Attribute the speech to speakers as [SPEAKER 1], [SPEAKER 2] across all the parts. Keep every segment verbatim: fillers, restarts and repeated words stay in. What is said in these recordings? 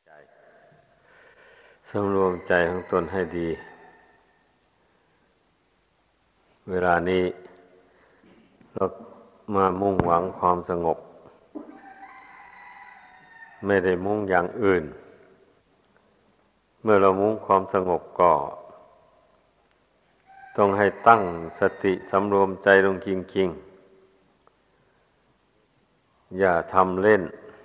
[SPEAKER 1] ใจสำรวมใจของตนให้ดีเวลานี้เรามามุ่งหวังความสงบไม่ได้มุ่งอย่างอื่นเมื่อเรามุ่งความสงบก็ต้องให้ตั้งสติสำรวมใจลงจริงๆอย่าทำเล่น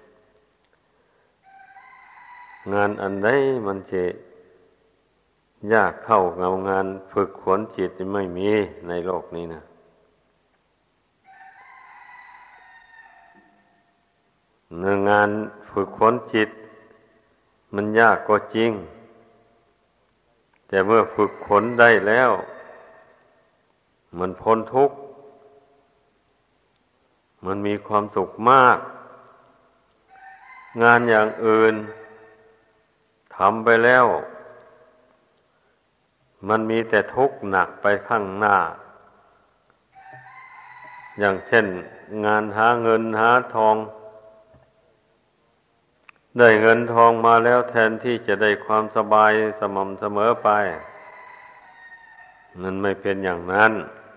[SPEAKER 1] งานอันใดมันจะยากเท่ากับงานฝึกฝนจิตไม่มีในโลกนี้นะเนื้องานฝึกฝนจิตมันยากก็จริงแต่เมื่อฝึกฝนได้แล้วมันพ้นทุกข์มันมีความสุขมากงานอย่างอื่นทำไปแล้วมันมีแต่ทุกข์หนักไปข้างหน้าอย่างเช่นงานหาเงินหาทองได้เงินทองมาแล้วแทนที่จะได้ความสบายสม่ำเสมอไปมันไม่เป็นอย่างนั้น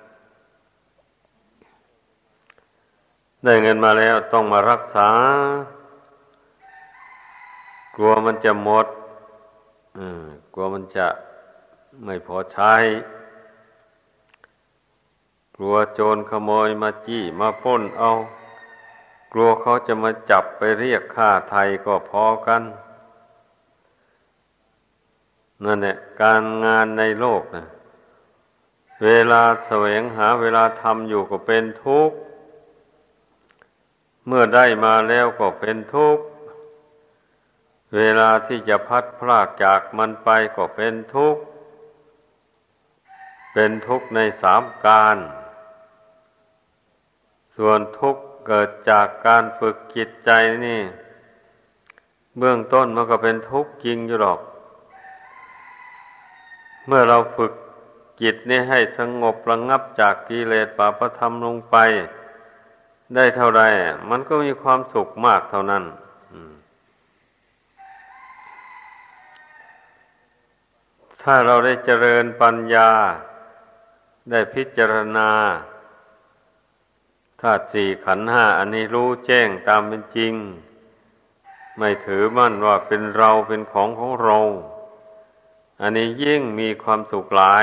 [SPEAKER 1] ได้เงินมาแล้วต้องมารักษากลัวมันจะหมดอืมกลัวมันจะไม่พอใช้กลัวโจรขโมยมาจี้มาปล้นเอากลัวเขาจะมาจับไปเรียกค่าไถ่ก็พอกันนั่นแหละการงานในโลกนะเวลาแสวงหาเวลาทำอยู่ก็เป็นทุกข์เมื่อได้มาแล้วก็เป็นทุกข์เวลาที่จะพัดพรากจากมันไปก็เป็นทุกข์เป็นทุกข์ในสามการส่วนทุกข์เกิดจากการฝึกจิตใจนี่เบื้องต้นมันก็เป็นทุกข์จริงอยู่หรอกเมื่อเราฝึกจิตนี่ให้สงบระงับจากกิเลสบาปธรรมลงไปได้เท่าใดมันก็มีความสุขมากเท่านั้นถ้าเราได้เจริญปัญญาได้พิจารณาธาตุสี่ขันธ์ห้าอันนี้รู้แจ้งตามเป็นจริงไม่ถือมั่นว่าเป็นเราเป็นของของเราอันนี้ยิ่งมีความสุขหลาย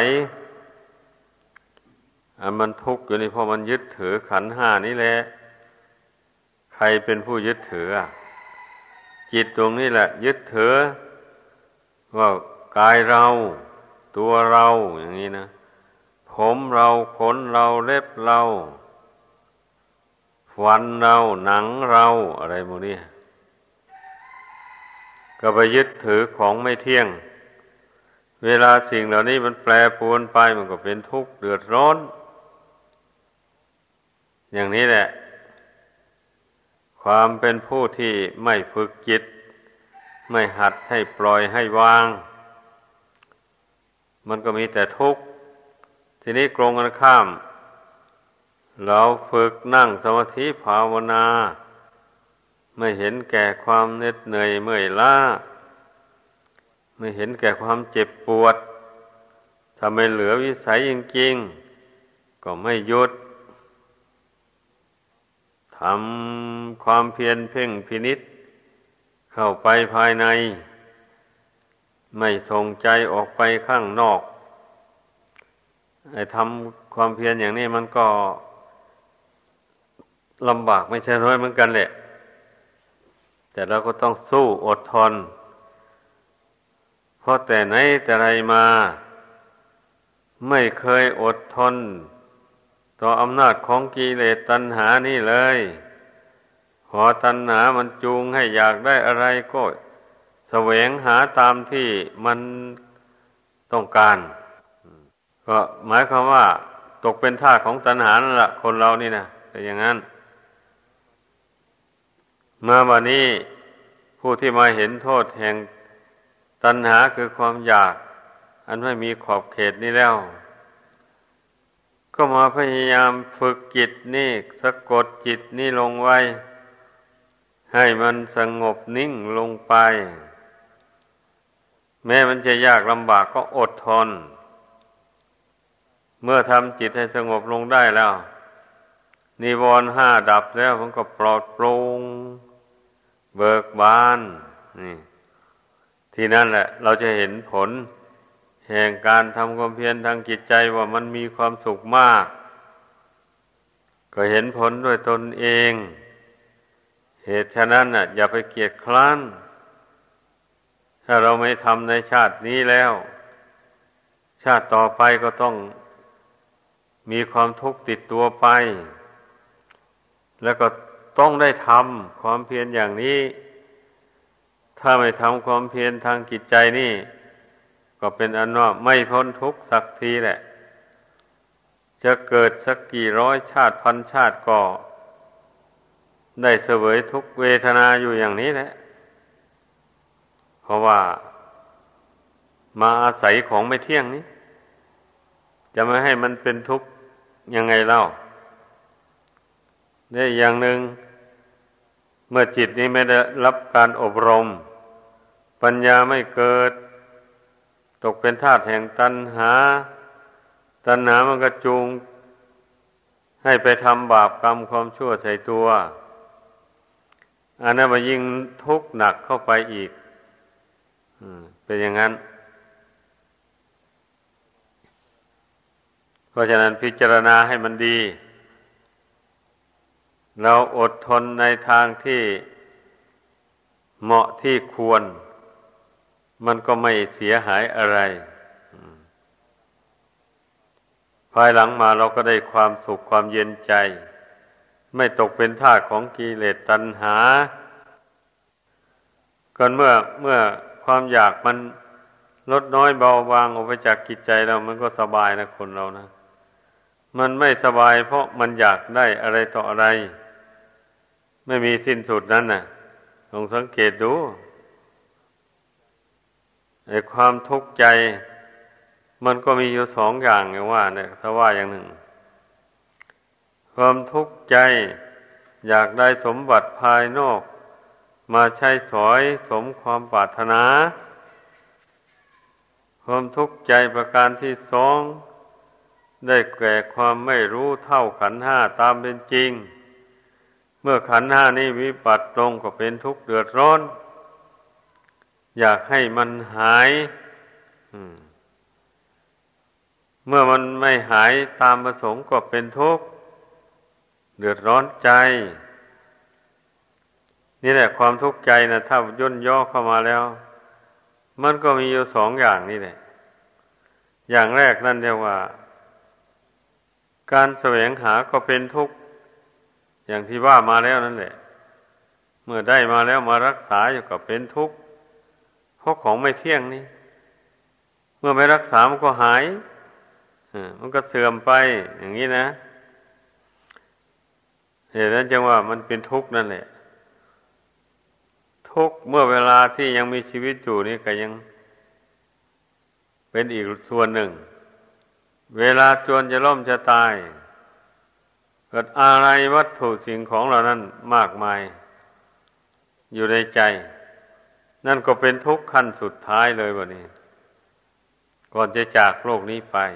[SPEAKER 1] อันมันทุกข์อยู่นี่เพราะมันยึดถือขันธ์ห้านี่แหละใครเป็นผู้ยึดถือจิตตรงนี้แหละยึดถือว่ากายเราตัวเราอย่างนี้นะผมเราขนเราเล็บเราฟันเราหนังเราอะไรพวกนี้ก็ไปยึดถือของไม่เที่ยงเวลาสิ่งเหล่านี้มันแปรปรวนไปมันก็เป็นทุกข์เดือดร้อนอย่างนี้แหละความเป็นผู้ที่ไม่ฝึกจิตไม่หัดให้ปล่อยให้วางมันก็มีแต่ทุกข์ทีนี้ตรงกันข้ามเราฝึกนั่งสมาธิภาวนาไม่เห็นแก่ความเหน็ดเหนื่อยเมื่อยล้าไม่เห็นแก่ความเจ็บปวดถ้าไม่เหลือวิสัยจริงๆก็ไม่หยุดทำความเพียรเพ่งพินิจเข้าไปภายในไม่ส่งใจออกไปข้างนอกไอ้ทำความเพียรอย่างนี้มันก็ลำบากไม่ใช่น้อยเหมือนกันแหละแต่เราก็ต้องสู้อดทนเพราะแต่ไหนแต่ไรมาไม่เคยอดทนต่ออำนาจของกิเลสตัณหานี่เลยพอตัณหามันจูงให้อยากได้อะไรก็แสวงหาตามที่มันต้องการก็หมายความว่าตกเป็นทาสของตัณหานั่นแหละคนเรานี่นะแต่อย่างนั้นมาวันนี้ผู้ที่มาเห็นโทษแห่งตัณหาคือความอยากอันไม่มีขอบเขตนี้แล้วก็มาพยายามฝึกจิตนี่สะกดจิตนี่ลงไว้ให้มันสงบนิ่งลงไปแม้มันจะยากลำบากก็อดทนเมื่อทำจิตให้สงบลงได้แล้วนิวรณ์ห้าดับแล้วมันก็ปลอดโปร่งเบิกบานนี่ที่นั่นแหละเราจะเห็นผลแห่งการทำความเพียรทางจิตใจว่ามันมีความสุขมากก็เห็นผลด้วยตนเองเหตุฉะนั้นน่ะอย่าไปเกียจคร้านถ้าเราไม่ทำในชาตินี้แล้วชาติต่อไปก็ต้องมีความทุกข์ติดตัวไปแล้วก็ต้องได้ทำความเพียรอย่างนี้ถ้าไม่ทำความเพียรทางจิตใจนี่ก็เป็นอันว่าไม่พ้นทุกข์สักทีแหละจะเกิดสักกี่ร้อยชาติพันชาติก็ได้เสวยทุกเวทนาอยู่อย่างนี้แหละเพราะว่ามาอาศัยของไม่เที่ยงนี้จะไม่ให้มันเป็นทุกข์ยังไงเล่าได้อย่างหนึ่งเมื่อจิตนี้ไม่ได้รับการอบรมปัญญาไม่เกิดตกเป็นทาสแห่งตัณหาตัณหามันก็จูงให้ไปทำบาปกรรมความชั่วใส่ตัวอันนั้นมันยิ่งทุกข์หนักเข้าไปอีกเป็นอย่างนั้นเพราะฉะนั้นพิจารณาให้มันดีเราอดทนในทางที่เหมาะที่ควรมันก็ไม่เสียหายอะไรภายหลังมาเราก็ได้ความสุขความเย็นใจไม่ตกเป็นทาสของกิเลสตัณหาก่อนเมื่อเมื่อความอยากมันลดน้อยเบาบางออกไปจากจิตใจเรามันก็สบายนะคนเรานะมันไม่สบายเพราะมันอยากได้อะไรต่ออะไรไม่มีสิ้นสุดนั่นน่ะลองสังเกตดูไอ้ความทุกข์ใจมันก็มีอยู่สองอย่างอย่างว่าเนี่ยถ้าว่าอย่างหนึ่งความทุกข์ใจอยากได้สมบัติภายนอกมาใช้สอยสมความปรารถนาความทุกข์ใจประการที่สองได้แก่ความไม่รู้เท่าขันธ์ห้าตามเป็นจริงเมื่อขันธ์ห้านี้วิบัติลงก็เป็นทุกข์เดือดร้อนอยากให้มันหายเมื่อมันไม่หายตามประสงค์ก็เป็นทุกข์เดือดร้อนใจนี่แหละความทุกข์ใจนะถ้าย่นย่อเข้ามาแล้วมันก็มีอยู่สองอย่างนี่แหละอย่างแรกนั่นเรียกว่าการแสวงหาก็เป็นทุกข์อย่างที่ว่ามาแล้วนั่นแหละเมื่อได้มาแล้วมารักษาอยู่ก็เป็นทุกข์เพราะของไม่เที่ยงนี่เมื่อไม่รักษามันก็หายมันก็เสื่อมไปอย่างนี้นะเหตุนั้นจึงว่ามันเป็นทุกข์นั่นแหละทุกข์เมื่อเวลาที่ยังมีชีวิตอยู่นี่ก็ยังเป็นอีกส่วนหนึ่งเวลาจวนจะล่มจะตายเกิดอะไรวัตถุสิ่งของเหล่านั้นมากมายอยู่ในใจนั่นก็เป็นทุกข์ขั้นสุดท้ายเลยวันนี้ก่อนจะจากโลกนี้ไป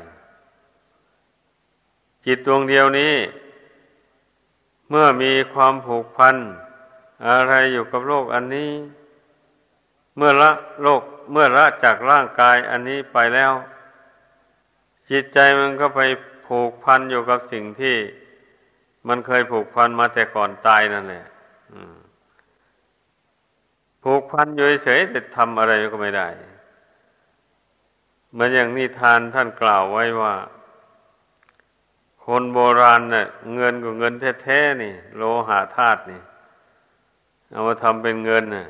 [SPEAKER 1] จิตดวงเดียวนี้เมื่อมีความผูกพันอะไรอยู่กับโลกอันนี้เมื่อละโลกเมื่อละจากร่างกายอันนี้ไปแล้วจิตใจมันก็ไปผูกพันอยู่กับสิ่งที่มันเคยผูกพันมาแต่ก่อนตายนั่นแหละผูกพันอยู่เฉยๆแต่ทำอะไรก็ไม่ได้เหมือนอย่างนิทานท่านกล่าวไว้ว่าคนโบราณน่ะเงินก็เงินแท้ๆนี่โลหะธาตุนี่เอามาทำเป็นเงินน่ะ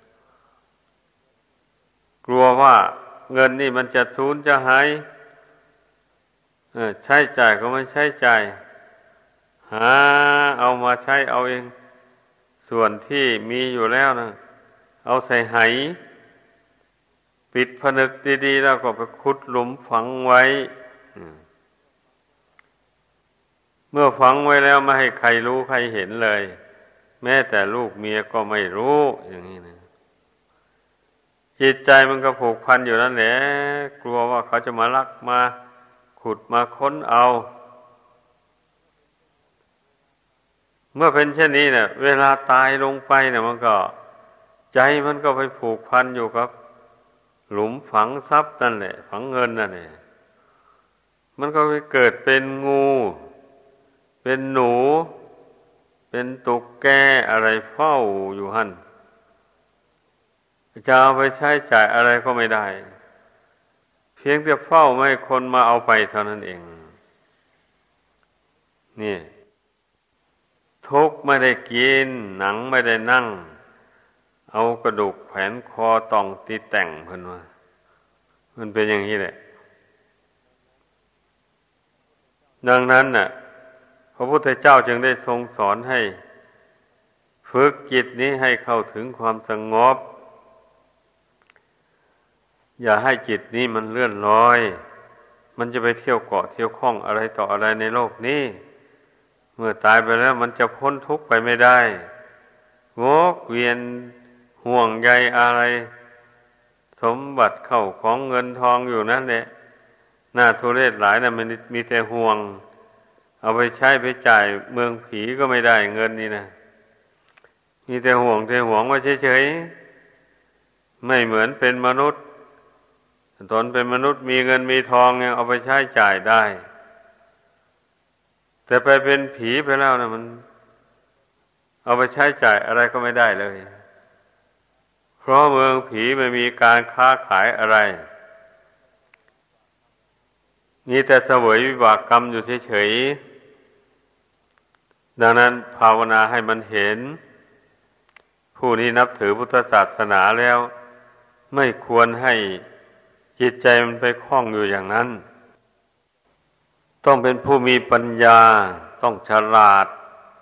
[SPEAKER 1] กลัวว่าเงินนี่มันจะสูญจะหายเออใช้จ่ายก็ไม่ใช้จ่ายหาเอามาใช้เอาเองส่วนที่มีอยู่แล้วนะเอาใส่ไหปิดผนึกดีๆแล้วก็ไปขุดหลุมฝังไว้เมื่อฝังไว้แล้วไม่ให้ใครรู้ใครเห็นเลยแม้แต่ลูกเมียก็ไม่รู้อย่างนี้นะฉจิตใจมันก็ผูกพันอยู่นั่นแหละกลัวว่าเขาจะมาลักมาขุดมาค้นเอาเมื่อเป็นเช่นนี้เนี่ยเวลาตายลงไปเนี่ยมันก็ใจมันก็ไปผูกพันอยู่กับหลุมฝังทรัพย์นั่นแหละฝังเงินนั่นแหละมันก็ไปเกิดเป็นงูเป็นหนูเป็นตุ๊กแกอะไรเฝ้าอยู่หั่นจะเอาไปใช้จ่ายอะไรก็ไม่ได้เพียงแต่เฝ้าไม่ให้คนมาเอาไปเท่านั้นเองนี่ทุกข์ไม่ได้กินหนังไม่ได้นั่งเอากระดูกแผนคอต่องตีแต่งเพิ่นว่ามันเป็นอย่างนี้แหละดังนั้นน่ะพระพุทธเจ้าจึงได้ทรงสอนให้ฝึกจิตนี้ให้เข้าถึงความสงบอย่าให้จิตนี้มันเลื่อนลอยมันจะไปเที่ยวเกาะเที่ยวข้องอะไรต่ออะไรในโลกนี้เมื่อตายไปแล้วมันจะพ้นทุกข์ไปไม่ได้วกเวียนห่วงใยอะไรสมบัติเข้าของเงินทองอยู่นั่นแหละน่าทุเรศหลายนะมันมีแต่ห่วงเอาไปใช้ไปจ่ายเมืองผีก็ไม่ได้เงินนี่นะมีแต่ห่วงแต่ห่วงว่าเฉยๆไม่เหมือนเป็นมนุษย์ตนเป็นมนุษย์มีเงินมีทองยังเอาไปใช้จ่ายได้แต่ไปเป็นผีไปแล้วนะมันเอาไปใช้จ่ายอะไรก็ไม่ได้เลยเพราะเมืองผีไม่มีการค้าขายอะไรมีแต่เสวยวิบากกรรมอยู่เฉยๆดังนั้นภาวนาให้มันเห็นผู้นี้นับถือพุทธศาสนาแล้วไม่ควรให้จิตใจมันไปคล้องอยู่อย่างนั้นต้องเป็นผู้มีปัญญาต้องฉลาด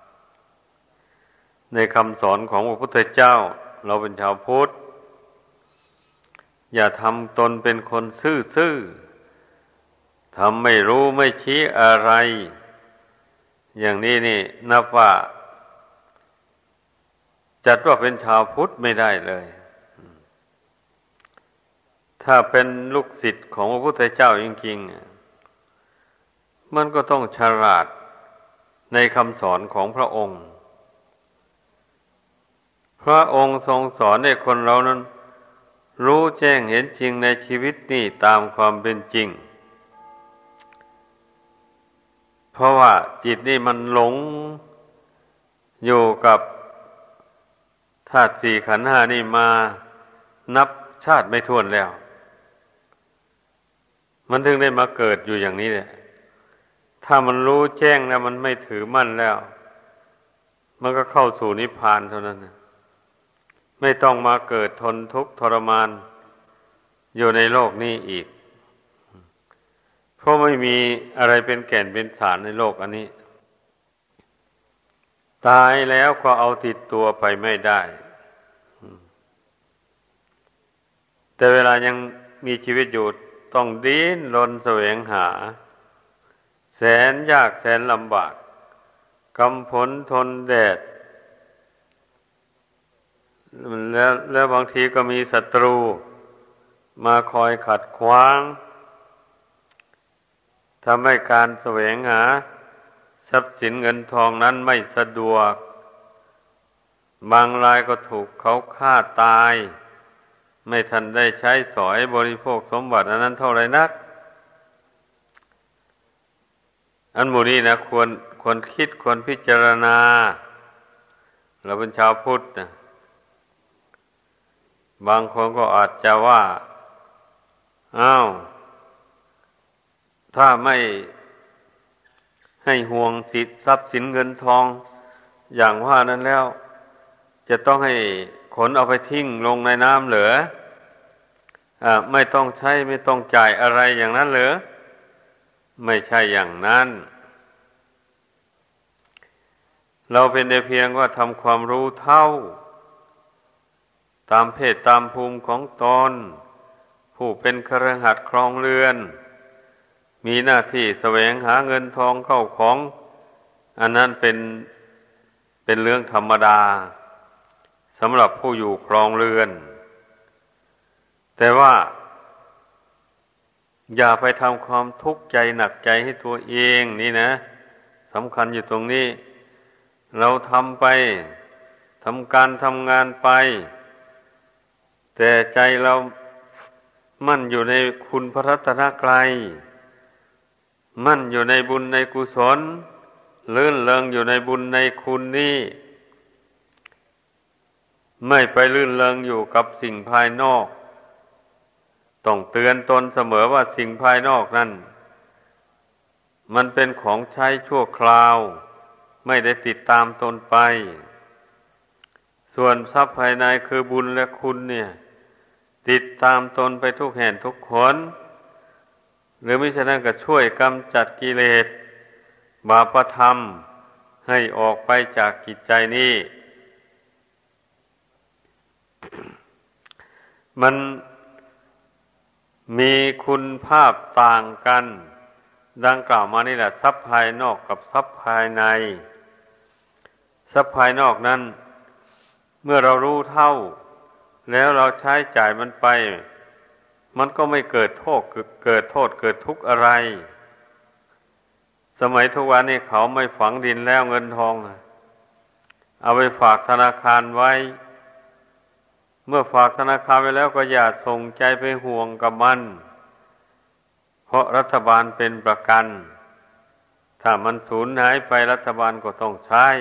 [SPEAKER 1] ในคำสอนของพระพุทธเจ้าเราเป็นชาวพุทธอย่าทำตนเป็นคนซื่อๆทำไม่รู้ไม่ชี้อะไรอย่างนี้นี่นับว่าจัดว่าเป็นชาวพุทธไม่ได้เลยถ้าเป็นลูกศิษย์ของพระพุทธเจ้าจริงๆมันก็ต้องฉลาดในคำสอนของพระองค์พระองค์ทรงสอนให้คนเรานั้นรู้แจ้งเห็นจริงในชีวิตนี้ตามความเป็นจริงเพราะว่าจิตนี่มันหลงอยู่กับธาตุสี่ขันธ์ห้านี่มานับชาติไม่ถ้วนแล้วมันถึงได้มาเกิดอยู่อย่างนี้แหละถ้ามันรู้แจ้งแล้วมันไม่ถือมั่นแล้วมันก็เข้าสู่นิพพานเท่านั้นไม่ต้องมาเกิดทนทุกข์ทรมานอยู่ในโลกนี้อีกเพราะไม่มีอะไรเป็นแก่นเป็นสารในโลกอันนี้ตายแล้วก็เอาติดตัวไปไม่ได้แต่เวลายังมีชีวิตอยู่ต้องดิ้นรนแสวงหาแสนยากแสนลำบากกำฝนทนแดดแล้วแล้วบางทีก็มีศัตรูมาคอยขัดขวางทำให้การแสวงหาทรัพย์สินเงินทองนั้นไม่สะดวกบางรายก็ถูกเขาฆ่าตายไม่ทันได้ใช้สอยบริโภคสมบัติอันนั้นเท่าไรนักอันหมู่นี้นะควรควรคิดควรพิจารณาเราเป็นชาวพุทธนะบางคนก็อาจจะว่าอ้าวถ้าไม่ให้ห่วงสิทธิทรัพย์สินเงินทองอย่างว่านั้นแล้วจะต้องให้ขนเอาไปทิ้งลงในน้ำเหรออ่าไม่ต้องใช้ไม่ต้องจ่ายอะไรอย่างนั้นเหรอไม่ใช่อย่างนั้นเราเป็นแต่เพียงว่าทำความรู้เท่าตามเพศตามภูมิของตนผู้เป็นคฤหัสถ์ครองเรือนมีหน้าที่แสวงหาเงินทองเข้าของอันนั้นเป็นเป็นเรื่องธรรมดาสำหรับผู้อยู่ครองเรือนแต่ว่าอย่าไปทำความทุกข์ใจหนักใจให้ตัวเองนี่นะสำคัญอยู่ตรงนี้เราทำไปทำการทำงานไปแต่ใจเรามั่นอยู่ในคุณพระรัตนกรัยมั่นอยู่ในบุญในกุศลลื่นเริงอยู่ในบุญในคุณนี้ไม่ไปลื่นเริงอยู่กับสิ่งภายนอกต้องเตือนตนเสมอว่าสิ่งภายนอกนั้นมันเป็นของใช้ชั่วคราวไม่ได้ติดตามตนไปส่วนทรัพย์ภายในคือบุญและคุณเนี่ยติดตามตนไปทุกแห่งทุกคนหรือมิฉะนั้นก็ช่วยกำจัดกิเลสบาปธรรมให้ออกไปจากจิตใจนี้ มันมีคุณภาพต่างกันดังกล่าวมานี่แหละทรัพย์ภายนอกกับทรัพย์ภายในทรัพย์ภายนอกนั้นเมื่อเรารู้เท่าแล้วเราใช้จ่ายมันไปมันก็ไม่เกิดโทษเกิดโทษเกิดทุกข์อะไรสมัยทุกวันนี้เขาไม่ฝังดินแล้วเงินทองเอาไปฝากธนาคารไว้เมื่อฝากธนาคารไว้แล้วก็อย่าส่งใจไปห่วงกับมันเพราะรัฐบาลเป็นประกันถ้ามันสูญหายไปรัฐบาลก็ต้องใช้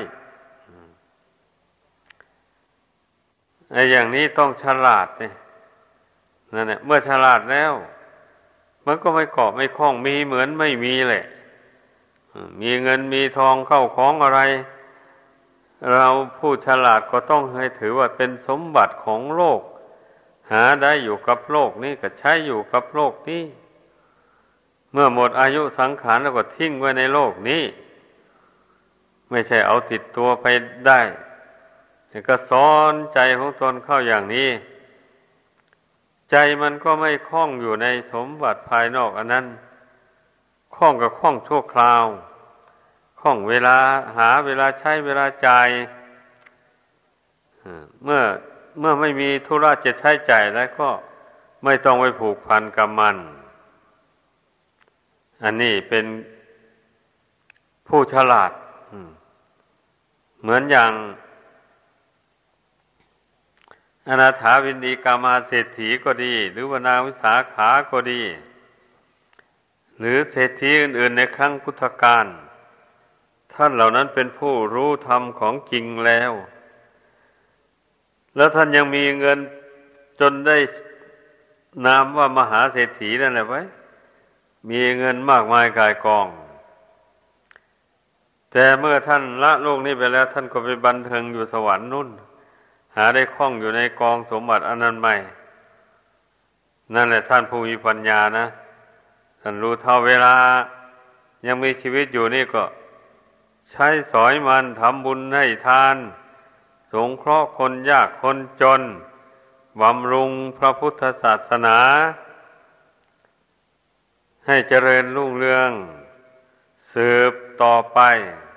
[SPEAKER 1] ไอ้อย่างนี้ต้องฉลาดเนี่ยนั่นแหละเมื่อฉลาดแล้วมันก็ไม่เกาะไม่คล้องมีเหมือนไม่มีแหละมีเงินมีทองเข้าของอะไรเราผู้ฉลาดก็ต้องให้ถือว่าเป็นสมบัติของโลกหาได้อยู่กับโลกนี้ก็ใช้อยู่กับโลกนี้เมื่อหมดอายุสังขารแล้วก็ทิ้งไว้ในโลกนี้ไม่ใช่เอาติดตัวไปได้ก็สอนใจของตนเข้าอย่างนี้ใจมันก็ไม่คล้องอยู่ในสมบัติภายนอกอันนั้นคล้องกับคล้องชั่วคราวคล้องเวลาหาเวลาใช้เวลาจ่ายเมื่อเมื่อไม่มีธุระจะใช้จ่ายแล้วก็ไม่ต้องไปผูกพันกับมันอันนี้เป็นผู้ฉลาดเหมือนอย่างอนาถาวินดีกามาเศรษฐีก็ดีหรือว่านางวิสาขาก็ดีหรือเศรษฐีอื่นๆในครั้งพุทธกาลท่านเหล่านั้นเป็นผู้รู้ธรรมของจริงแล้วแล้วท่านยังมีเงินจนได้นามว่ามหาเศรษฐีนั่นแหละไว้มีเงินมากมายกายกองแต่เมื่อท่านละโลกนี้ไปแล้วท่านก็ไปบันเทิงอยู่สวรรค์นู่นหาได้คล่องอยู่ในกองสมบัติอันนั้นไม่นั่นแหละท่านผู้มีปัญญานะท่านรู้เท่าเวลายังมีชีวิตอยู่นี่ก็ใช้สอยมันทำบุญให้ทานสงเคราะห์คนยากคนจนบำรุงพระพุทธศาสนาให้เจริญรุ่งเรืองสืบต่อไป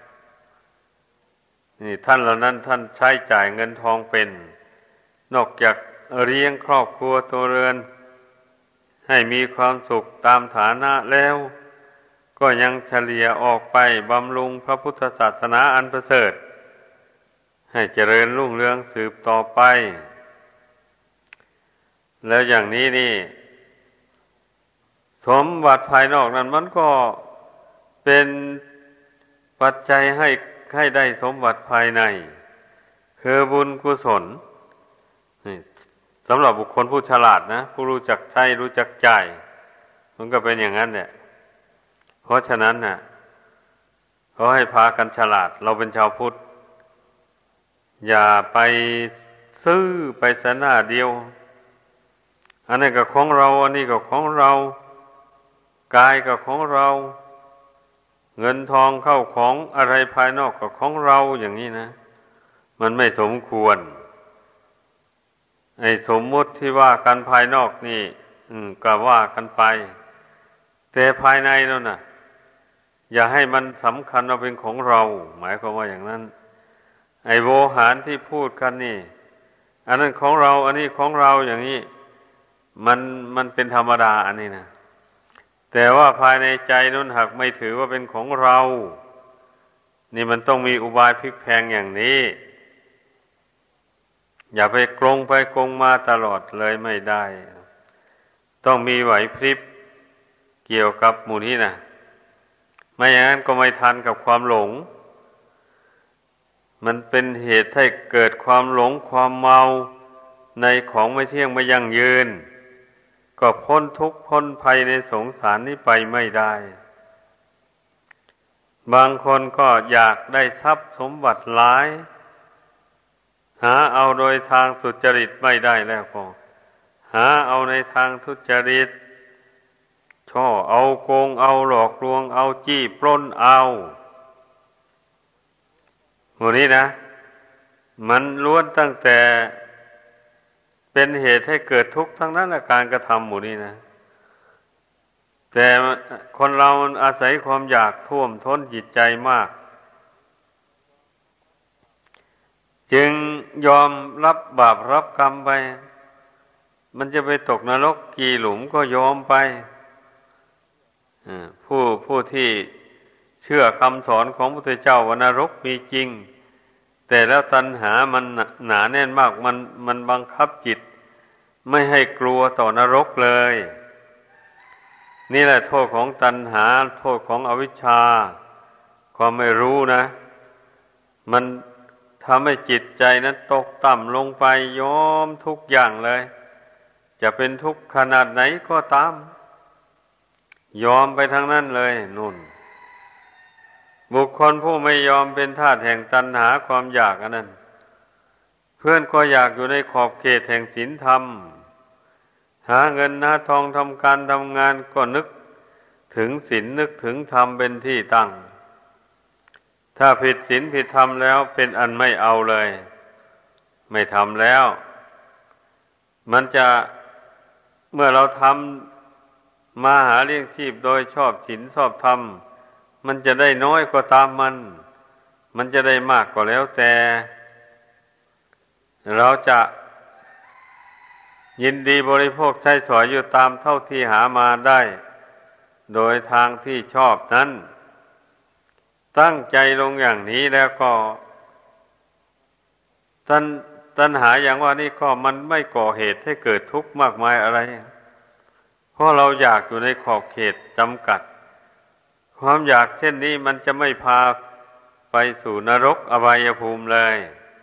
[SPEAKER 1] นี่ท่านเหล่านั้นท่านใช้จ่ายเงินทองเป็นนอกจากเลี้ยงครอบครัวตัวเรือนให้มีความสุขตามฐานะแล้วก็ยังเฉลี่ยออกไปบำรุงพระพุทธศาสนาอันประเสริฐให้เจริญรุ่งเรืองสืบต่อไปแล้วอย่างนี้นี่สมบัติภายนอกนั้นมันก็เป็นปัจจัยให้ให้ได้สมบัติภายในคือบุญกุศลสำหรับบุคคลผู้ฉลาดนะผู้รู้จักใช้รู้จักจ่ายมันก็เป็นอย่างนั้นแหละเพราะฉะนั้นน่ะเขาให้พากันฉลาดเราเป็นชาวพุทธอย่าไปซื้อไปสนาเดียวอันนี้ก็ของเราอันนี้ก็ของเรากายก็ของเราเงินทองเข้าของอะไรภายนอกก็ของเราอย่างนี้นะมันไม่สมควรไอ้สมมุติที่ว่ากันภายนอกนี่อืมก็ว่ากันไปแต่ภายในนั่นน่ะอย่าให้มันสำคัญว่าเป็นของเราหมายความว่าอย่างนั้นไอ้โวหารที่พูดกันนี่อันนั้นของเราอันนี้ของเราอย่างนี้มันมันเป็นธรรมดาอันนี้นะแต่ว่าภายในใจนู้นหากไม่ถือว่าเป็นของเรานี่มันต้องมีอุบายพลิกแพลงอย่างนี้อย่าไปกลงไปกลงมาตลอดเลยไม่ได้ต้องมีไหวพริบเกี่ยวกับหมู่นี้นะไม่อย่างนั้นก็ไม่ทันกับความหลงมันเป็นเหตุให้เกิดความหลงความเมาในของไม่เที่ยงไม่ยั่งยืนก็พ้นทุกข์พ้นภัยในสงสารนี้ไปไม่ได้บางคนก็อยากได้ทรัพย์สมบัติหลายหาเอาโดยทางสุจริตไม่ได้แล้วก็หาเอาในทางทุจริตช่อเอาโกงเอาหลอกลวงเอาจี้ปล้นเอาหมดนี้นะมันล้วนตั้งแต่เป็นเหตุให้เกิดทุกข์ทั้งนั้นอาการกระทำหมู่นี้นะแต่คนเรามันอาศัยความอยากท่วมท้นจิตใจมากจึงยอมรับบาปรับกรรมไปมันจะไปตกนรกกี่หลุมก็ยอมไปผู้ผู้ที่เชื่อคำสอนของพระพุทธเจ้าว่านรกมีจริงแต่แล้วตัณหามันหนาแน่นมากมันมันบังคับจิตไม่ให้กลัวต่อนรกเลยนี่แหละโทษของตัณหาโทษของอวิชชาความไม่รู้นะมันทำให้จิตใจนั้นตกต่ำลงไปยอมทุกอย่างเลยจะเป็นทุกข์ขนาดไหนก็ตามยอมไปทั้งนั้นเลยนุ่นบุคคลผู้ไม่ยอมเป็นทาสแห่งตัณหาความอยากอันนั้นเพื่อนก็อยากอยู่ในขอบเขตแห่งศีลธรรมหาเงินหาทองทำการทำงานก็นึกถึงศีลนึกถึงธรรมเป็นที่ตั้งถ้าผิดศีลผิดธรรมแล้วเป็นอันไม่เอาเลยไม่ทำแล้วมันจะเมื่อเราทำมาหาเลี้ยงชีพโดยชอบศีลชอบธรรมมันจะได้น้อยก็ตามมันมันจะได้มากก็แล้วแต่เราจะยินดีบริโภคใช้สอยอยู่ตามเท่าที่หามาได้โดยทางที่ชอบนั้นตั้งใจลงอย่างนี้แล้วก็ตัณตัณหาอย่างว่านี่ก็มันไม่ก่อเหตุให้เกิดทุกข์มากมายอะไรเพราะเราอยากอยู่ในขอบเขตจำกัดความอยากเช่นนี้มันจะไม่พาไปสู่นรกอบายภูมิเลย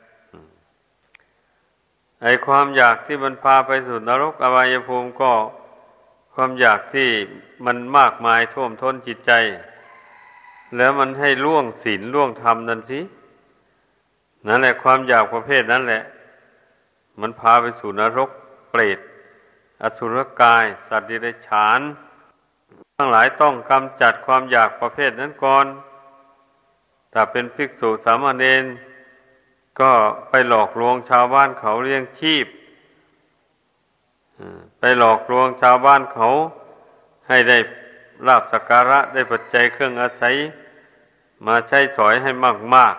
[SPEAKER 1] ไอ้ความอยากที่มันพาไปสู่นรกอบายภูมิก็ความอยากที่มันมากมายท่วมท้นจิตใจแล้วมันให้ล่วงศีลล่วงธรรมนั่นสินั่นแหละความอยากประเภทนั้นแหละมันพาไปสู่นรกเปรตอสุรกายสัตว์เดรัจฉานทั้งหลายต้องกำจัดความอยากประเภทนั้นก่อนถ้าเป็นภิกษุสามเณรก็ไปหลอกลวงชาวบ้านเขาเลี้ยงชีพไปหลอกลวงชาวบ้านเขาให้ได้ลาภสักการะได้ปัจจัยเครื่องอาศัยมาใช้สอยให้มาก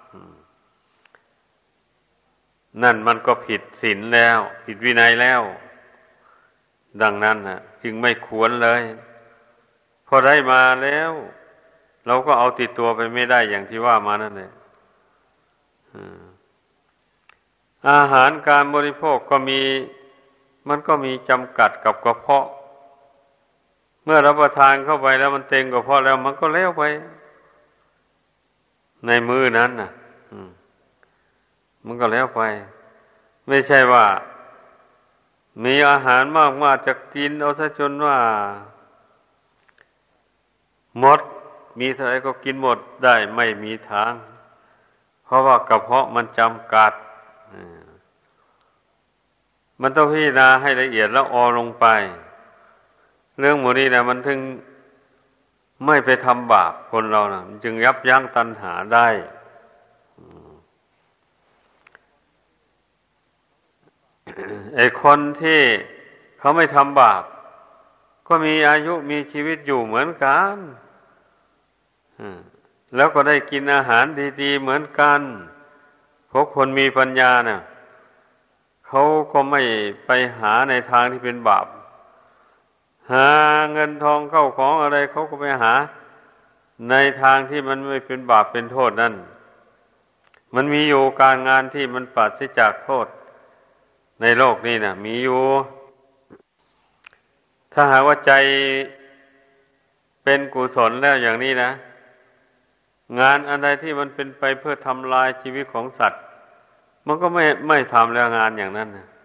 [SPEAKER 1] ๆนั่นมันก็ผิดศีลแล้วผิดวินัยแล้วดังนั้นนะจึงไม่ควรเลยพอได้มาแล้วเราก็เอาติดตัวไปไม่ได้อย่างที่ว่ามานั่นแหละอาหารการบริโภคก็มีมันก็มีจำกัดกับกระเพาะเมื่อรับประทานเข้าไปแล้วมันเต็มกระเพาะแล้วมันก็เลี้ยวไปในมื้อนั้นน่ะมันก็แล้วไปไม่ใช่ว่ามีอาหารมากมาจะกินเอาซะจนว่าหมดมีเท่าไหร่ก็กินหมดได้ไม่มีทางเพราะว่ากระเพาะมันจำกัดมันต้องพิจารณาให้ละเอียดแล้วออลงไปเรื่องหมู่นี้นะมันถึงไม่ไปทำบาปคนเรานะมันจึงยับยั้งตัณหาได้ไอ้คนที่เขาไม่ทำบาปก็มีอายุมีชีวิตอยู่เหมือนกันแล้วก็ได้กินอาหารดีๆเหมือนกันพวกคนมีปัญญาเนี่ยเขาก็ไม่ไปหาในทางที่เป็นบาปหาเงินทองเข้าของอะไรเขาก็ไปหาในทางที่มันไม่เป็นบาปเป็นโทษนั่นมันมีอยู่การงานที่มันปราศจากโทษในโลกนี้นะมีอยู่ถ้าหากว่าใจเป็นกุศลแล้วอย่างนี้นะงานอะไรที่มันเป็นไปเพื่อทำลายชีวิตของสัตว์มันก็ไม่ไม่ทำแล้วงานอย่างนั้นนะ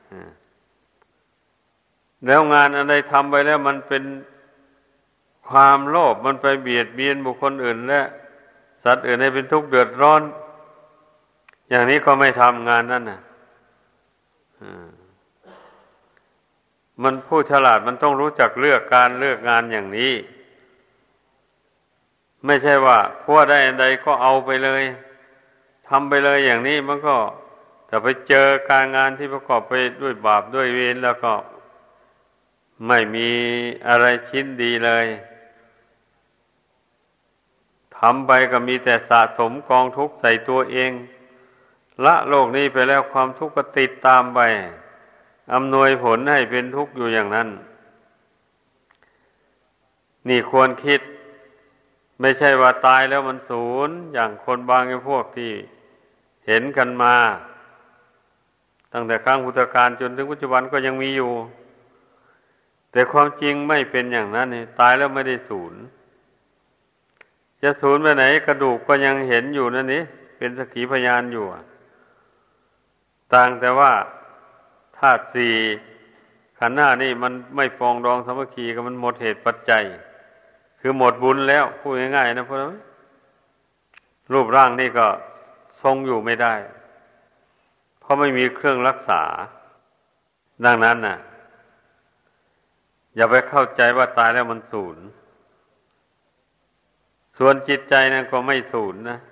[SPEAKER 1] แล้วงานอะไรทำไปแล้วมันเป็นความโลภมันไปเบียดเบียนบุคคลอื่นและสัตว์อื่นให้เป็นทุกข์เดือดร้อนอย่างนี้ก็ไม่ทำงานนั้นนะมันผู้ฉลาดมันต้องรู้จักเลือกการเลือกงานอย่างนี้ไม่ใช่ว่าพัวได้อันใดก็เอาไปเลยทำไปเลยอย่างนี้มันก็แต่ไปเจอการงานที่ประกอบไปด้วยบาปด้วยเวรแล้วก็ไม่มีอะไรชิ้นดีเลยทำไปก็มีแต่สะสมกองทุกข์ใส่ตัวเองละโลกนี้ไปแล้วความทุกข์ก็ติดตามไปอำนวยผลให้เป็นทุกข์อยู่อย่างนั้นนี่ควรคิดไม่ใช่ว่าตายแล้วมันสูญอย่างคนบางพวกที่เห็นกันมาตั้งแต่ครั้งพุทธกาลจนถึงปัจจุบันก็ยังมีอยู่แต่ความจริงไม่เป็นอย่างนั้นนี่ตายแล้วไม่ได้สูญจะสูญไปไหนกระดูกก็ยังเห็นอยู่นั่นนี่เป็นสักขีพยานอยู่ต่างแต่ว่าธาตุสี่ขันธ์ห้านี่มันไม่ปรองดองสามัคคีกันมันหมดเหตุปัจจัยคือหมดบุญแล้วพูดง่ายๆนะพวกเรารูปร่างนี่ก็ทรงอยู่ไม่ได้เพราะไม่มีเครื่องรักษาดังนั้นน่ะอย่าไปเข้าใจว่าตายแล้วมันสูญส่วนจิตใจนั่นก็ไม่สูญนะ